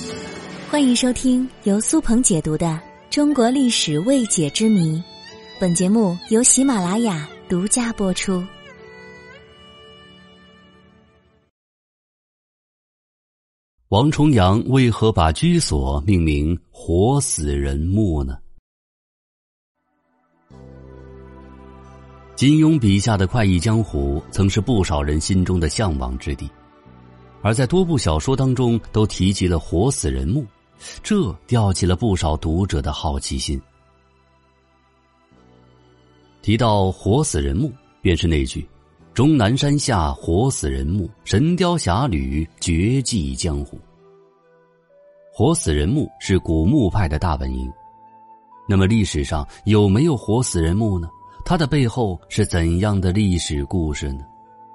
欢迎收听由苏鹏解读的《中国历史未解之谜》，本节目由喜马拉雅独家播出。 王重阳为何把居所命名活死人墓呢？金庸笔下的快意江湖曾是不少人心中的向往之地，而在多部小说当中都提及了活死人墓，这吊起了不少读者的好奇心。提到活死人墓，便是那句终南山下活死人墓，神雕侠侣绝迹江湖。活死人墓是古墓派的大本营，那么历史上有没有活死人墓呢？它的背后是怎样的历史故事呢？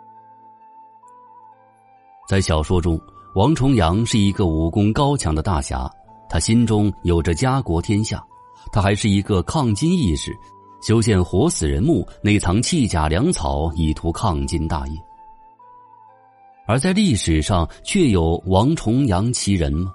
在小说中，王重阳是一个武功高强的大侠，他心中有着家国天下，他还是一个抗金义士，修建活死人墓，内藏弃甲粮草，以图抗金大业。而在历史上却有王重阳其人吗？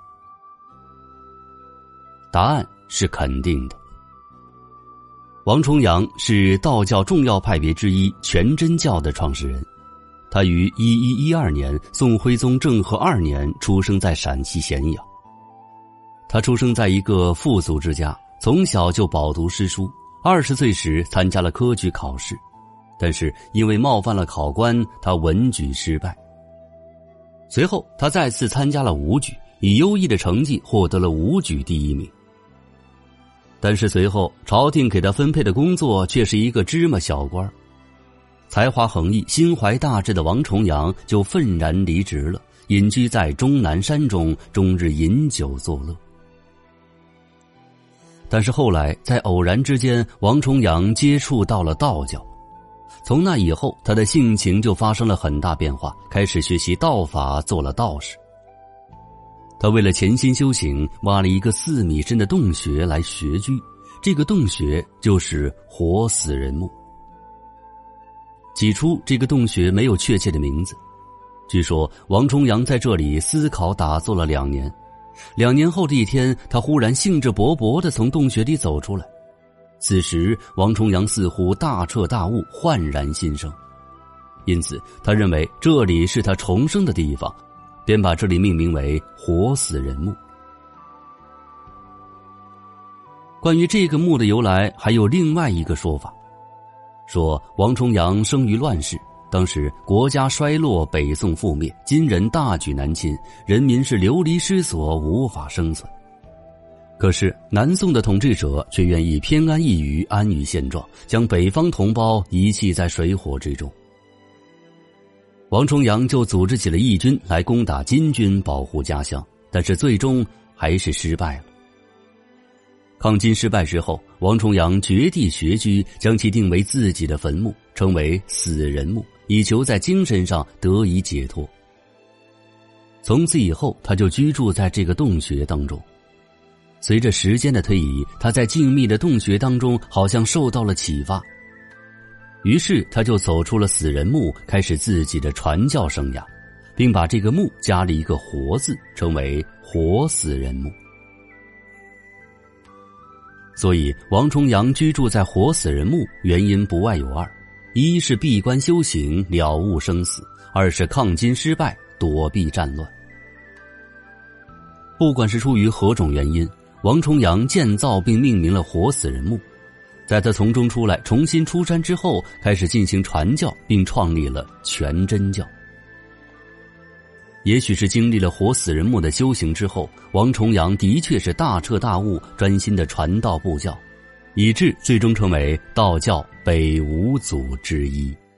答案是肯定的。王重阳是道教重要派别之一全真教的创始人，他于1112年宋徽宗政和2年出生在陕西咸阳。他出生在一个富足之家，从小就饱读诗书，20岁时参加了科举考试，但是因为冒犯了考官，他文举失败。随后他再次参加了武举，以优异的成绩获得了武举第1名。但是随后朝廷给他分配的工作却是一个芝麻小官，才华横溢、心怀大志的王重阳就愤然离职了，隐居在终南山中，终日饮酒作乐。但是后来在偶然之间，王重阳接触到了道教，从那以后他的性情就发生了很大变化，开始学习道法，做了道士。他为了潜心修行，挖了一个4米深的洞穴来穴居，这个洞穴就是活死人墓。起初这个洞穴没有确切的名字，据说王重阳在这里思考打坐了2年，2年后的一天，他忽然兴致勃勃地从洞穴里走出来。此时王重阳似乎大彻大悟，焕然新生，因此他认为这里是他重生的地方，便把这里命名为活死人墓。关于这个墓的由来，还有另外一个说法，说王重阳生于乱世，当时国家衰落，北宋覆灭，金人大举南侵，人民是流离失所，无法生存。可是南宋的统治者却愿意偏安一隅，安于现状，将北方同胞遗弃在水火之中。王重阳就组织起了义军来攻打金军，保护家乡，但是最终还是失败了。抗金失败之后，王重阳掘地穴居，将其定为自己的坟墓，称为死人墓，以求在精神上得以解脱。从此以后，他就居住在这个洞穴当中。随着时间的推移，他在静谧的洞穴当中好像受到了启发，于是他就走出了死人墓，开始自己的传教生涯，并把这个墓加了一个活字，称为活死人墓。所以王重阳居住在活死人墓，原因不外有2：一是闭关修行，了悟生死；2是抗金失败，躲避战乱。不管是出于何种原因，王重阳建造并命名了活死人墓。在他从中出来，重新出山之后，开始进行传教，并创立了全真教。也许是经历了活死人墓的修行之后，王重阳的确是大彻大悟，专心的传道布教，以致最终成为道教北5祖之一。